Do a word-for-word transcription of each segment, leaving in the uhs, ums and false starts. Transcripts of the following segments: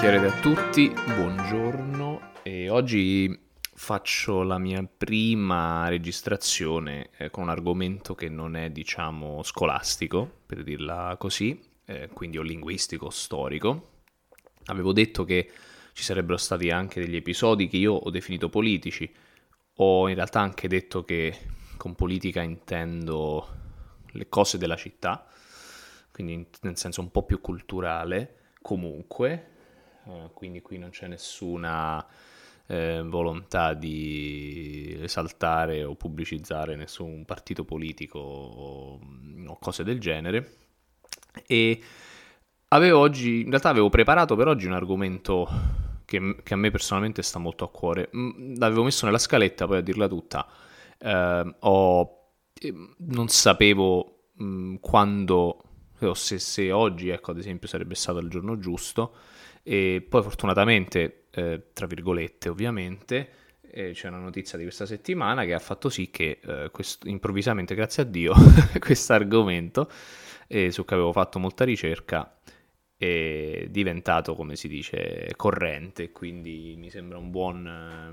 Buonasera a tutti, buongiorno e oggi faccio la mia prima registrazione eh, con un argomento che non è, diciamo, scolastico, per dirla così, eh, quindi o linguistico o storico. Avevo detto che ci sarebbero stati anche degli episodi che io ho definito politici, ho in realtà anche detto che con politica intendo le cose della città, quindi nel senso un po' più culturale, comunque. Uh, quindi qui non c'è nessuna eh, volontà di esaltare o pubblicizzare nessun partito politico o, o cose del genere. E avevo oggi, in realtà avevo preparato per oggi un argomento che, che a me personalmente sta molto a cuore. L'avevo messo nella scaletta, poi a dirla tutta, eh, ho, non sapevo mh, quando, o se, se oggi, ecco, ad esempio, sarebbe stato il giorno giusto. E poi fortunatamente, eh, tra virgolette ovviamente, eh, c'è una notizia di questa settimana che ha fatto sì che eh, questo, improvvisamente, grazie a Dio, questo argomento, eh, su cui avevo fatto molta ricerca, è diventato, come si dice, corrente, quindi mi sembra un buon,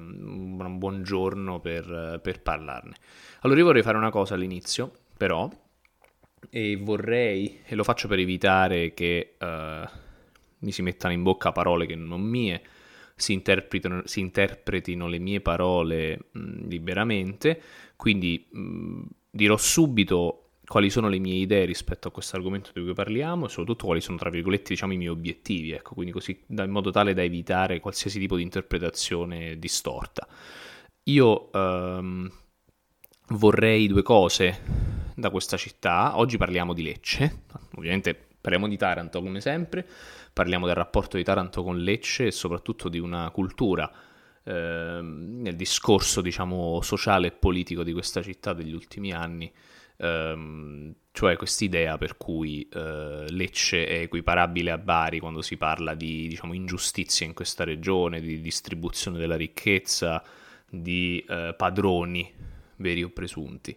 un buon giorno per, per parlarne. Allora io vorrei fare una cosa all'inizio, però, e vorrei, e lo faccio per evitare che... Uh, mi si mettano in bocca parole che non mie, si interpretino, si interpretino le mie parole mh, liberamente, quindi mh, dirò subito quali sono le mie idee rispetto a questo argomento di cui parliamo e soprattutto quali sono, tra virgolette, diciamo, i miei obiettivi, ecco, quindi così da, in modo tale da evitare qualsiasi tipo di interpretazione distorta. Io ehm, vorrei due cose da questa città. Oggi parliamo di Lecce, ovviamente parliamo di Taranto come sempre, parliamo del rapporto di Taranto con Lecce e soprattutto di una cultura eh, nel discorso, diciamo, sociale e politico di questa città degli ultimi anni, ehm, cioè quest'idea per cui eh, Lecce è equiparabile a Bari quando si parla di, diciamo, ingiustizia in questa regione, di distribuzione della ricchezza, di eh, padroni veri o presunti.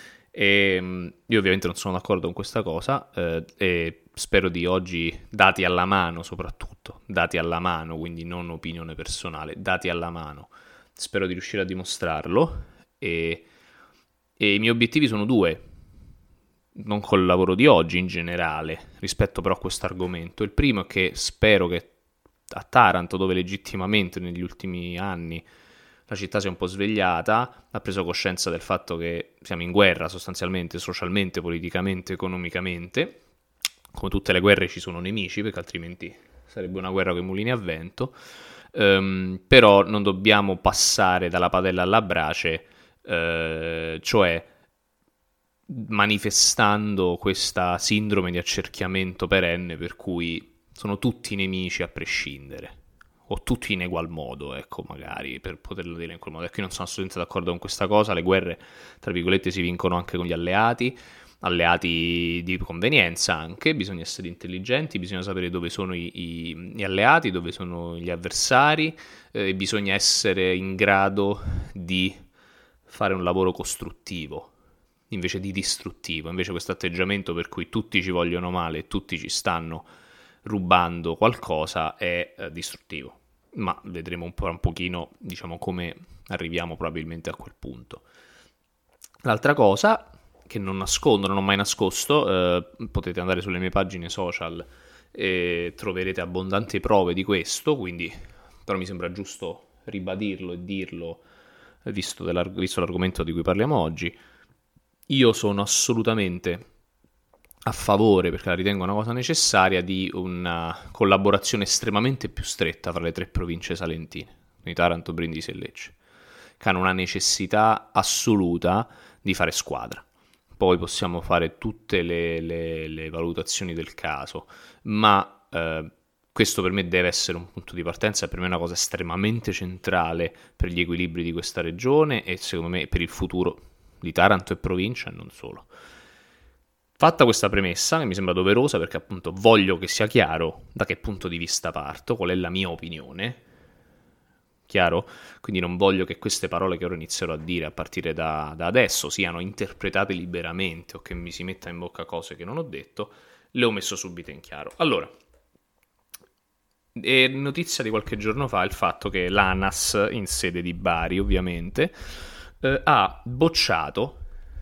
E io ovviamente non sono d'accordo con questa cosa eh, e spero di oggi, dati alla mano soprattutto, dati alla mano, quindi non opinione personale, dati alla mano, spero di riuscire a dimostrarlo e, e i miei obiettivi sono due, non col lavoro di oggi in generale, rispetto però a questo argomento. Il primo è che spero che a Taranto, dove legittimamente negli ultimi anni la città si è un po' svegliata, ha preso coscienza del fatto che siamo in guerra sostanzialmente, socialmente, politicamente, economicamente. Come tutte le guerre ci sono nemici, perché altrimenti sarebbe una guerra con i mulini a vento. Um, però non dobbiamo passare dalla padella alla brace, uh, cioè manifestando questa sindrome di accerchiamento perenne per cui sono tutti nemici a prescindere. O tutti in egual modo, ecco, magari, per poterlo dire in quel modo. E qui non sono assolutamente d'accordo con questa cosa, le guerre, tra virgolette, si vincono anche con gli alleati, alleati di convenienza anche, bisogna essere intelligenti, bisogna sapere dove sono i, i, gli alleati, dove sono gli avversari, e eh, bisogna essere in grado di fare un lavoro costruttivo, invece di distruttivo, invece questo atteggiamento per cui tutti ci vogliono male e tutti ci stanno rubando qualcosa è eh, distruttivo, ma vedremo un po' un pochino, diciamo, come arriviamo probabilmente a quel punto. L'altra cosa che non nascondo, non ho mai nascosto, eh, potete andare sulle mie pagine social e troverete abbondanti prove di questo, quindi però mi sembra giusto ribadirlo e dirlo visto, visto l'argomento di cui parliamo oggi. Io sono assolutamente a favore, perché la ritengo una cosa necessaria, di una collaborazione estremamente più stretta fra le tre province salentine, quindi Taranto, Brindisi e Lecce, che hanno una necessità assoluta di fare squadra. Poi possiamo fare tutte le, le, le valutazioni del caso, ma eh, questo per me deve essere un punto di partenza, e per me è una cosa estremamente centrale per gli equilibri di questa regione e secondo me per il futuro di Taranto e provincia e non solo. Fatta questa premessa, che mi sembra doverosa perché appunto voglio che sia chiaro da che punto di vista parto, qual è la mia opinione, chiaro? Quindi non voglio che queste parole che ora inizierò a dire a partire da, da adesso siano interpretate liberamente o che mi si metta in bocca cose che non ho detto, le ho messo subito in chiaro. Allora, è notizia di qualche giorno fa il fatto che l'ANAS, in sede di Bari ovviamente, eh, ha bocciato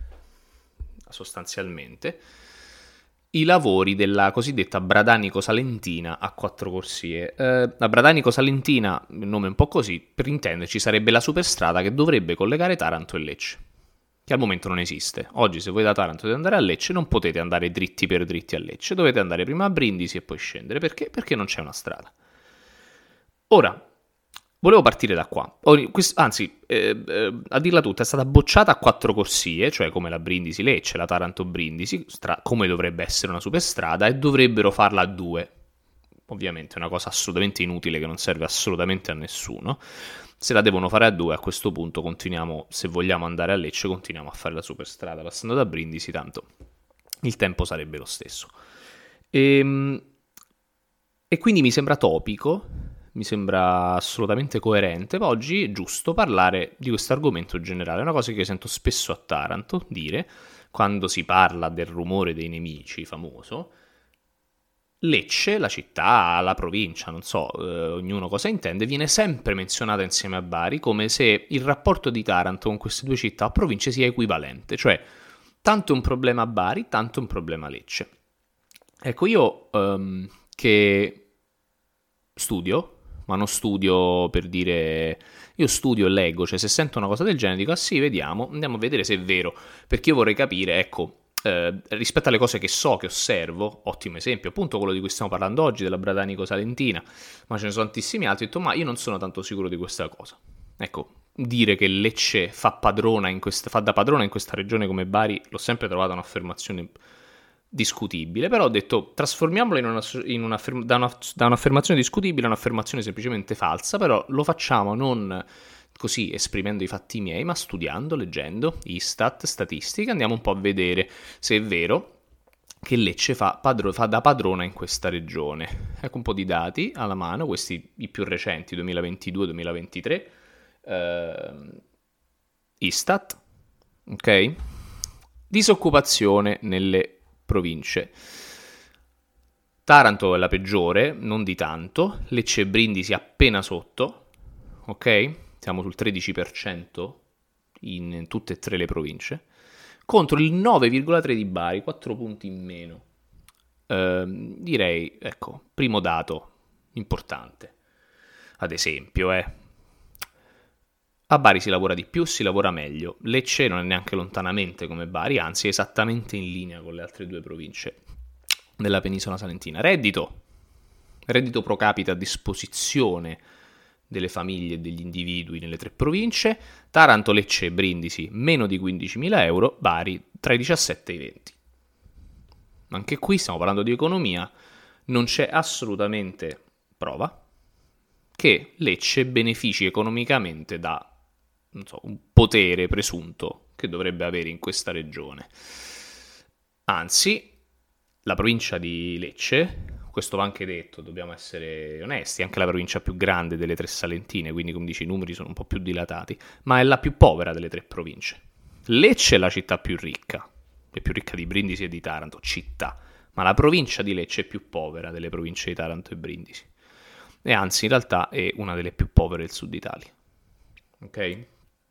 sostanzialmente i lavori della cosiddetta Bradanico-Salentina a quattro corsie. Eh, la Bradanico-Salentina, il nome è un po' così, per intenderci sarebbe la superstrada che dovrebbe collegare Taranto e Lecce, che al momento non esiste. Oggi se voi da Taranto dovete andare a Lecce non potete andare dritti per dritti a Lecce, dovete andare prima a Brindisi e poi scendere. Perché? Perché non c'è una strada. Ora, volevo partire da qua. Anzi, eh, eh, a dirla tutta, è stata bocciata a quattro corsie, cioè come la Brindisi-Lecce, la Taranto-Brindisi, stra- come dovrebbe essere una superstrada, e dovrebbero farla a due. Ovviamente è una cosa assolutamente inutile che non serve assolutamente a nessuno. Se la devono fare a due, a questo punto continuiamo, se vogliamo andare a Lecce, continuiamo a fare la superstrada passando da Brindisi, tanto il tempo sarebbe lo stesso. E, e quindi mi sembra topico, mi sembra assolutamente coerente, ma oggi è giusto parlare di questo argomento generale. È una cosa che io sento spesso a Taranto dire, quando si parla del rumore dei nemici famoso. Lecce, la città, la provincia, non so, eh, ognuno cosa intende, viene sempre menzionata insieme a Bari come se il rapporto di Taranto con queste due città o province sia equivalente, cioè tanto è un problema a Bari, tanto è un problema a Lecce. Ecco, io um, che studio, ma non studio per dire, io studio e leggo, cioè se sento una cosa del genere dico, ah sì, vediamo, andiamo a vedere se è vero, perché io vorrei capire, ecco, Eh, rispetto alle cose che so, che osservo, ottimo esempio, appunto quello di cui stiamo parlando oggi, della Bradanico-Salentina, ma ce ne sono tantissimi altri, ho detto, ma io non sono tanto sicuro di questa cosa. Ecco, dire che Lecce fa, padrona in questa, fa da padrona in questa regione come Bari, l'ho sempre trovata un'affermazione discutibile, però ho detto, trasformiamola in una, in una, da, una, da un'affermazione discutibile a un'affermazione semplicemente falsa, però lo facciamo non così esprimendo i fatti miei, ma studiando, leggendo Istat, statistiche, andiamo un po' a vedere se è vero che Lecce fa, padro, fa da padrona in questa regione. Ecco un po' di dati alla mano, questi i più recenti, duemilaventidue duemilaventitré, eh, Istat, ok? Disoccupazione nelle province. Taranto è la peggiore, non di tanto, Lecce e Brindisi appena sotto, ok? Siamo sul tredici per cento in tutte e tre le province, contro il nove virgola tre di Bari, quattro punti in meno. Eh, direi, ecco, primo dato importante. Ad esempio, eh, a Bari si lavora di più, si lavora meglio. Lecce non è neanche lontanamente come Bari, anzi è esattamente in linea con le altre due province della penisola salentina. Reddito, reddito pro capite a disposizione delle famiglie e degli individui nelle tre province, Taranto, Lecce e Brindisi meno di quindicimila euro, Bari tra i diciassette e i venti. Anche qui stiamo parlando di economia, non c'è assolutamente prova che Lecce benefici economicamente da, non so, un potere presunto che dovrebbe avere in questa regione. Anzi, la provincia di Lecce, questo va anche detto, dobbiamo essere onesti, è anche la provincia più grande delle tre salentine, quindi come dici i numeri sono un po' più dilatati, ma è la più povera delle tre province. Lecce è la città più ricca, è più ricca di Brindisi e di Taranto, città, ma la provincia di Lecce è più povera delle province di Taranto e Brindisi. E anzi, in realtà è una delle più povere del sud Italia. Ok?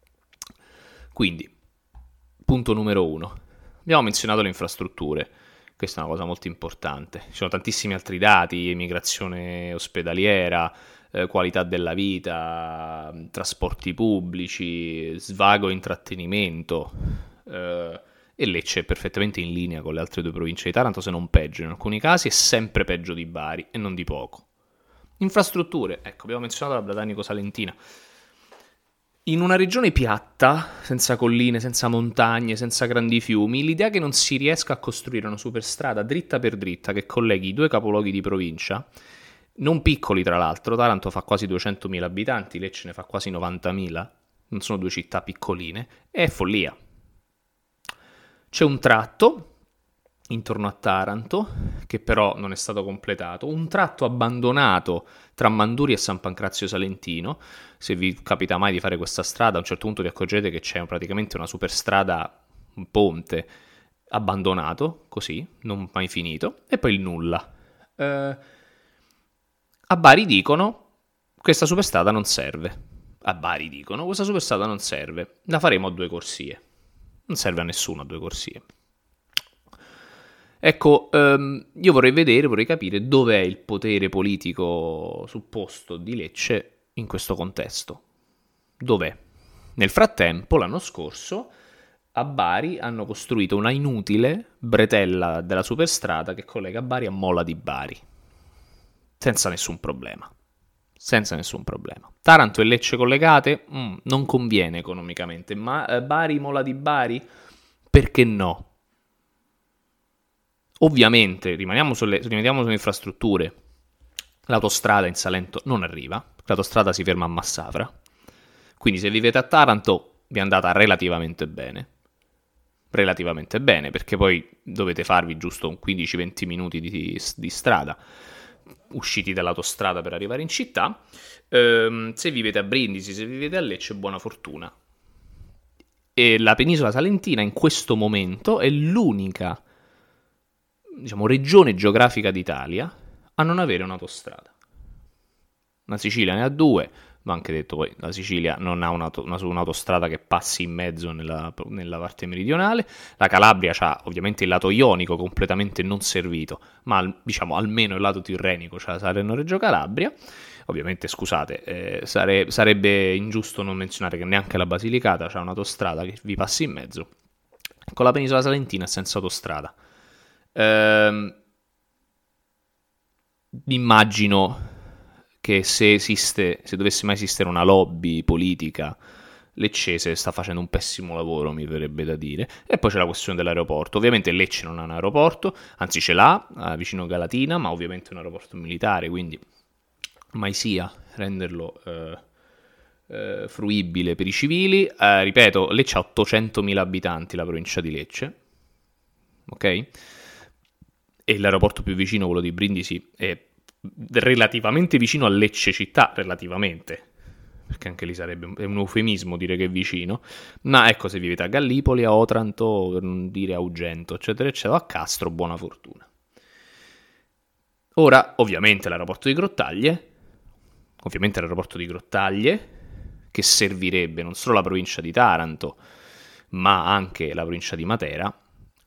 Quindi, punto numero uno. Abbiamo menzionato le infrastrutture. Questa è una cosa molto importante. Ci sono tantissimi altri dati, emigrazione ospedaliera, eh, qualità della vita, trasporti pubblici, svago e intrattenimento. Eh, e Lecce è perfettamente in linea con le altre due province di Taranto, se non peggio. In alcuni casi è sempre peggio di Bari, e non di poco. Infrastrutture, ecco, abbiamo menzionato la Bradanico-Salentina. In una regione piatta, senza colline, senza montagne, senza grandi fiumi, l'idea che non si riesca a costruire una superstrada dritta per dritta che colleghi i due capoluoghi di provincia, non piccoli tra l'altro, Taranto fa quasi duecentomila abitanti, Lecce ne fa quasi novantamila, non sono due città piccoline, è follia. C'è un tratto intorno a Taranto, che però non è stato completato, un tratto abbandonato tra Manduri e San Pancrazio Salentino. Se vi capita mai di fare questa strada, a un certo punto vi accorgete che c'è praticamente una superstrada, un ponte abbandonato, così, non mai finito, e poi il nulla. Eh, A Bari dicono, questa superstrada non serve. A Bari dicono, questa superstrada non serve, la faremo a due corsie. Non serve a nessuno a due corsie. Ecco, ehm, io vorrei vedere, vorrei capire dov'è il potere politico supposto di Lecce in questo contesto. Dov'è? Nel frattempo, l'anno scorso, a Bari hanno costruito una inutile bretella della superstrada che collega Bari a Mola di Bari. Senza nessun problema. Senza nessun problema. Taranto e Lecce collegate? Mm, non conviene economicamente. Ma eh, Bari, Mola di Bari? Perché no? Ovviamente, rimaniamo sulle, rimaniamo sulle infrastrutture. L'autostrada in Salento non arriva. L'autostrada si ferma a Massafra. Quindi se vivete a Taranto vi è andata relativamente bene. Relativamente bene, perché poi dovete farvi giusto un quindici venti minuti di, di strada usciti dall'autostrada per arrivare in città. Ehm, se vivete a Brindisi, se vivete a Lecce, buona fortuna. E la penisola salentina in questo momento è l'unica, diciamo, regione geografica d'Italia a non avere un'autostrada. La Sicilia ne ha due, ma anche detto poi la Sicilia non ha una, una, un'autostrada che passi in mezzo nella, nella parte meridionale. La Calabria ha ovviamente il lato ionico completamente non servito, ma diciamo almeno il lato tirrenico c'ha la Salerno-Reggio Calabria. Ovviamente scusate, eh, sare, sarebbe ingiusto non menzionare che neanche la Basilicata c'ha un'autostrada che vi passi in mezzo. Con la penisola salentina è senza autostrada. Ehm, immagino che se esiste, se dovesse mai esistere una lobby politica leccese sta facendo un pessimo lavoro, mi verrebbe da dire. E poi c'è la questione dell'aeroporto. Ovviamente Lecce non ha un aeroporto, anzi ce l'ha, eh, vicino Galatina, ma ovviamente è un aeroporto militare, quindi mai sia renderlo eh, eh, fruibile per i civili. Eh, ripeto, Lecce ha ottocentomila abitanti, la provincia di Lecce, ok? E l'aeroporto più vicino, quello di Brindisi, è relativamente vicino a Lecce città, relativamente, perché anche lì sarebbe un, è un eufemismo dire che è vicino, ma ecco, se vivete a Gallipoli, a Otranto, per non dire a Ugento, eccetera, eccetera, a Castro, buona fortuna. Ora, ovviamente l'aeroporto di Grottaglie, ovviamente l'aeroporto di Grottaglie, che servirebbe non solo la provincia di Taranto, ma anche la provincia di Matera,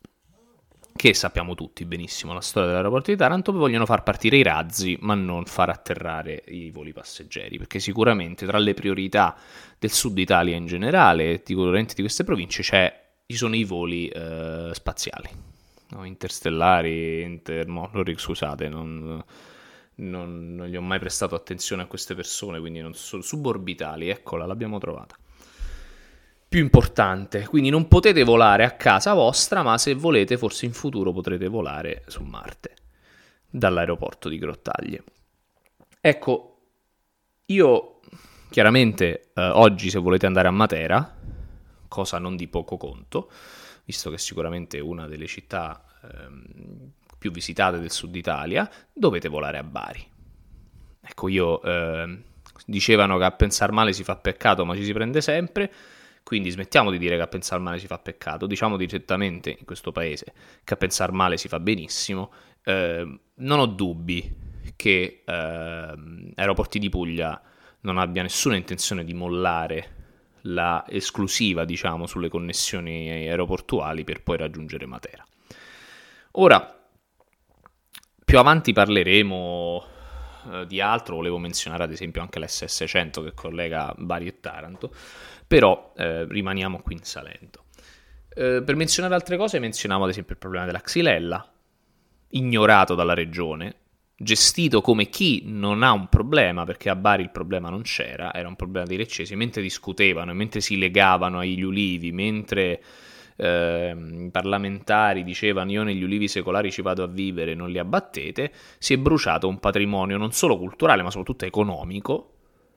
che sappiamo tutti benissimo la storia dell'aeroporto di Taranto, vogliono far partire i razzi ma non far atterrare i voli passeggeri, perché sicuramente tra le priorità del sud Italia in generale, sicuramente di queste province, c'è, ci sono i voli eh, spaziali, no? Interstellari, inter... no, scusate, non, non, non gli ho mai prestato attenzione a queste persone, quindi non sono suborbitali, eccola, l'abbiamo trovata. Più importante, quindi non potete volare a casa vostra, ma se volete forse in futuro potrete volare su Marte dall'aeroporto di Grottaglie. Ecco, io chiaramente eh, oggi se volete andare a Matera, cosa non di poco conto, visto che è sicuramente una delle città ehm, più visitate del sud Italia, dovete volare a Bari. Ecco, io eh, dicevano che a pensar male si fa peccato, ma ci si prende sempre. Quindi smettiamo di dire che a pensare male si fa peccato, diciamo direttamente in questo paese che a pensare male si fa benissimo. Eh, non ho dubbi che eh, Aeroporti di Puglia non abbia nessuna intenzione di mollare la esclusiva, diciamo, sulle connessioni aeroportuali per poi raggiungere Matera. Ora, più avanti parleremo eh, di altro, volevo menzionare ad esempio anche l'esse esse cento che collega Bari e Taranto, però eh, rimaniamo qui in Salento. Eh, per menzionare altre cose, menzionavo ad esempio il problema della Xylella, ignorato dalla regione, gestito come chi non ha un problema, perché a Bari il problema non c'era, era un problema dei leccesi, mentre discutevano, mentre si legavano agli ulivi, mentre eh, i parlamentari dicevano io negli ulivi secolari ci vado a vivere, non li abbattete, si è bruciato un patrimonio non solo culturale ma soprattutto economico,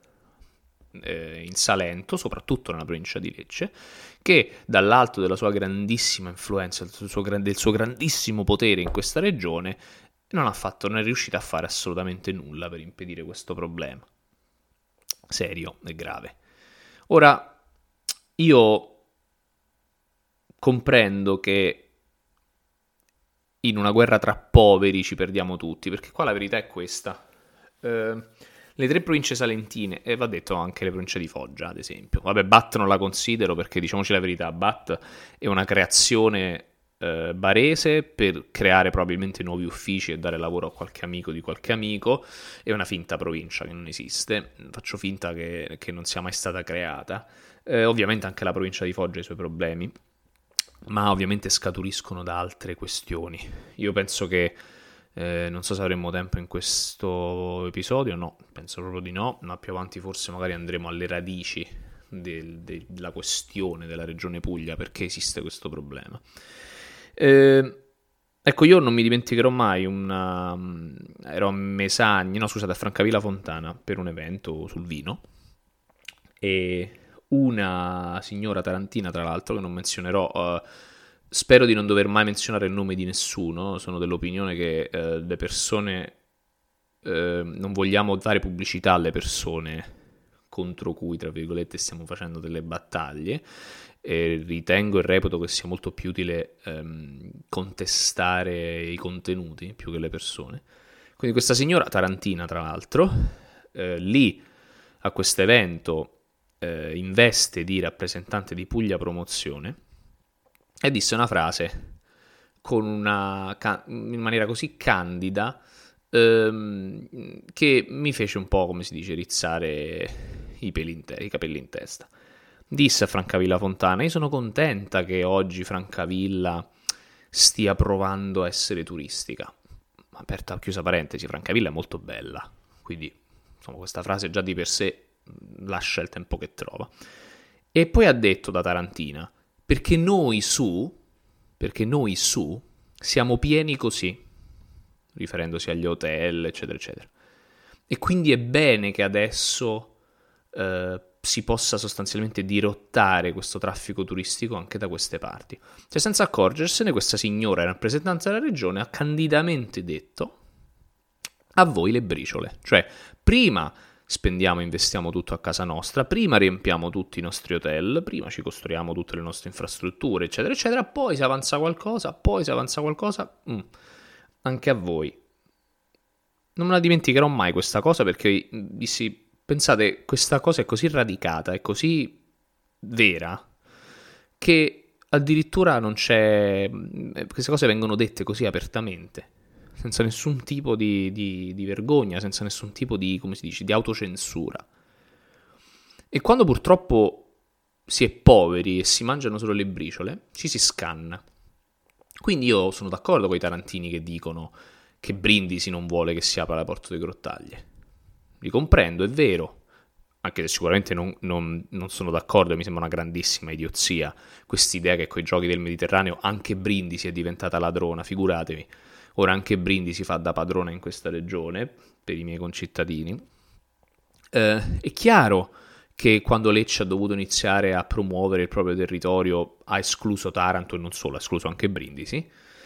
in Salento, soprattutto nella provincia di Lecce, che dall'alto della sua grandissima influenza, del suo, del suo grandissimo potere in questa regione, non ha fatto, non è riuscito a fare assolutamente nulla per impedire questo problema serio e grave. Ora, io comprendo che in una guerra tra poveri ci perdiamo tutti, perché qua la verità è questa. Eh, le tre province salentine, e va detto anche le province di Foggia, ad esempio. Vabbè, Bat non la considero perché, diciamoci la verità, Bat è una creazione eh, barese per creare probabilmente nuovi uffici e dare lavoro a qualche amico di qualche amico. È una finta provincia che non esiste, faccio finta che, che non sia mai stata creata. Eh, ovviamente anche la provincia di Foggia ha i suoi problemi, ma ovviamente scaturiscono da altre questioni. Io penso che Eh, non so se avremo tempo in questo episodio, no, penso proprio di no, ma più avanti forse magari andremo alle radici del, de, della questione della regione Puglia, perché esiste questo problema. Eh, ecco, io non mi dimenticherò mai una... ero a Mesagni, no scusate, a Francavilla Fontana per un evento sul vino e una signora tarantina, tra l'altro, che non menzionerò... Uh, Spero di non dover mai menzionare il nome di nessuno, sono dell'opinione che eh, le persone, eh, non vogliamo dare pubblicità alle persone contro cui, tra virgolette, stiamo facendo delle battaglie, e ritengo e reputo che sia molto più utile ehm, contestare i contenuti più che le persone. Quindi questa signora tarantina, tra l'altro, eh, lì a questo evento eh, in veste di rappresentante di Puglia Promozione, e disse una frase con una, in maniera così candida ehm, che mi fece un po', come si dice, rizzare i, peli in te- i capelli in testa. Disse a Francavilla Fontana: io sono contenta che oggi Francavilla stia provando a essere turistica. Aperta, chiusa parentesi, Francavilla è molto bella, quindi insomma questa frase già di per sé lascia il tempo che trova. E poi ha detto da tarantina: perché noi su, perché noi su siamo pieni così, riferendosi agli hotel, eccetera, eccetera. E quindi è bene che adesso eh, si possa sostanzialmente dirottare questo traffico turistico anche da queste parti. Cioè, senza accorgersene, questa signora, in rappresentanza della regione, ha candidamente detto: a voi le briciole. Cioè, prima spendiamo e investiamo tutto a casa nostra, prima riempiamo tutti i nostri hotel, prima ci costruiamo tutte le nostre infrastrutture, eccetera, eccetera, poi se avanza qualcosa, poi se avanza qualcosa, mm, anche a voi. Non me la dimenticherò mai questa cosa, perché dissi, pensate, questa cosa è così radicata, è così vera, che addirittura non c'è... queste cose vengono dette così apertamente, senza nessun tipo di, di, di vergogna, senza nessun tipo di, come si dice, di autocensura. E quando purtroppo si è poveri e si mangiano solo le briciole, ci si scanna. Quindi io sono d'accordo con i tarantini che dicono che Brindisi non vuole che si apra la Porta delle Grottaglie. Li comprendo, è vero, anche se sicuramente non, non, non sono d'accordo, mi sembra una grandissima idiozia quest'idea che con i giochi del Mediterraneo anche Brindisi è diventata ladrona, figuratevi. Ora anche Brindisi fa da padrona in questa regione, per i miei concittadini. Eh, è chiaro che quando Lecce ha dovuto iniziare a promuovere il proprio territorio ha escluso Taranto e non solo, ha escluso anche Brindisi.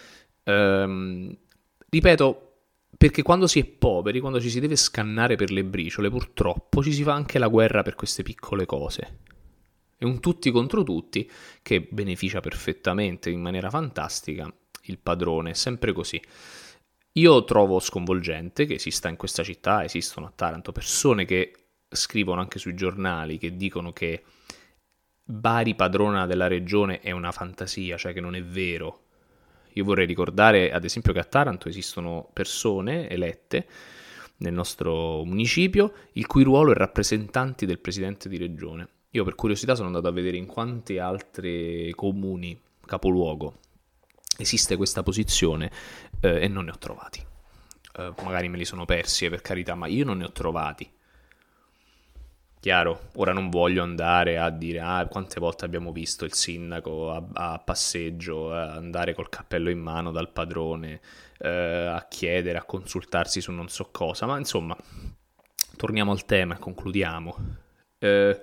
Ehm, ripeto, perché quando si è poveri, quando ci si deve scannare per le briciole, purtroppo ci si fa anche la guerra per queste piccole cose. È un tutti contro tutti che beneficia perfettamente, in maniera fantastica, il padrone, è sempre così. Io trovo sconvolgente che esista in questa città, esistono a Taranto persone che scrivono anche sui giornali, che dicono che Bari padrona della regione è una fantasia, cioè che non è vero. Io vorrei ricordare ad esempio che a Taranto esistono persone elette nel nostro municipio il cui ruolo è rappresentanti del presidente di regione. Io per curiosità sono andato a vedere in quanti altri comuni capoluogo esiste questa posizione eh, e non ne ho trovati. Eh, magari me li sono persi, eh, per carità, ma io non ne ho trovati. Chiaro, ora non voglio andare a dire ah, quante volte abbiamo visto il sindaco a, a passeggio, a andare col cappello in mano dal padrone, eh, a chiedere, a consultarsi su non so cosa, ma insomma, torniamo al tema e concludiamo. Eh,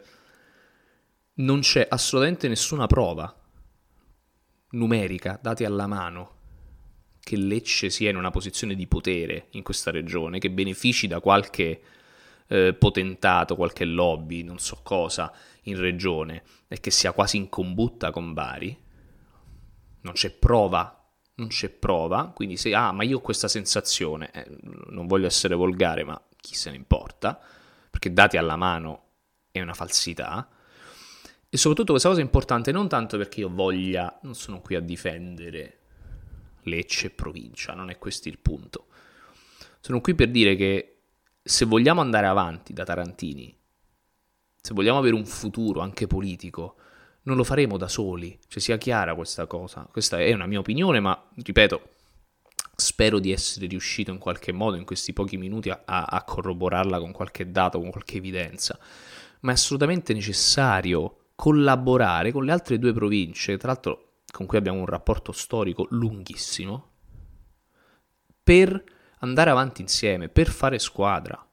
non c'è assolutamente nessuna prova numerica, dati alla mano, che Lecce sia in una posizione di potere in questa regione, che benefici da qualche eh, potentato, qualche lobby, non so cosa, in regione, e che sia quasi in combutta con Bari. Non c'è prova, non c'è prova, quindi se, ah, ma io ho questa sensazione, eh, non voglio essere volgare, ma chi se ne importa, perché dati alla mano è una falsità. E soprattutto questa cosa è importante non tanto perché io voglia, non sono qui a difendere Lecce e provincia, non è questo il punto. Sono qui per dire che se vogliamo andare avanti da tarantini, se vogliamo avere un futuro anche politico, non lo faremo da soli, cioè sia chiara questa cosa. Questa è una mia opinione, ma ripeto, spero di essere riuscito in qualche modo in questi pochi minuti a, a corroborarla con qualche dato, con qualche evidenza, ma è assolutamente necessario collaborare con le altre due province, tra l'altro con cui abbiamo un rapporto storico lunghissimo, per andare avanti insieme, per fare squadra.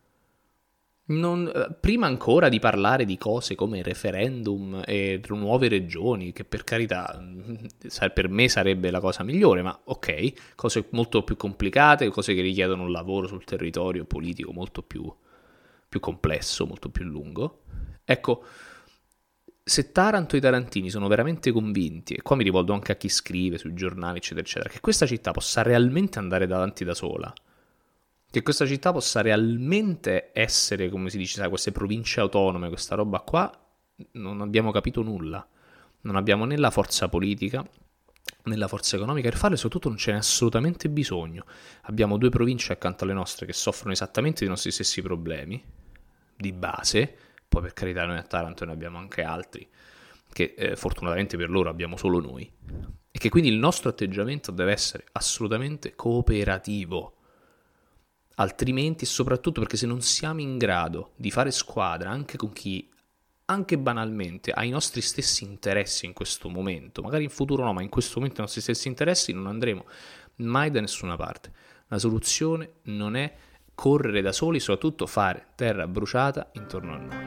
Non, prima ancora di parlare di cose come referendum e nuove regioni, che per carità per me sarebbe la cosa migliore, ma ok, cose molto più complicate, cose che richiedono un lavoro sul territorio politico molto più, più complesso, molto più lungo. Ecco, se Taranto e i tarantini sono veramente convinti, e qua mi rivolgo anche a chi scrive sui giornali, eccetera, eccetera, che questa città possa realmente andare avanti da sola, che questa città possa realmente essere, come si dice, sai, queste province autonome, questa roba qua, non abbiamo capito nulla. Non abbiamo né la forza politica, né la forza economica per farlo, e soprattutto non ce n'è assolutamente bisogno. Abbiamo due province accanto alle nostre che soffrono esattamente dei nostri stessi problemi, di base. Poi per carità noi a Taranto ne abbiamo anche altri, che eh, fortunatamente per loro abbiamo solo noi, e che quindi il nostro atteggiamento deve essere assolutamente cooperativo, altrimenti, soprattutto perché se non siamo in grado di fare squadra anche con chi, anche banalmente, ha i nostri stessi interessi in questo momento, magari in futuro no, ma in questo momento i nostri stessi interessi, non andremo mai da nessuna parte. La soluzione non è correre da soli, soprattutto fare terra bruciata intorno a noi.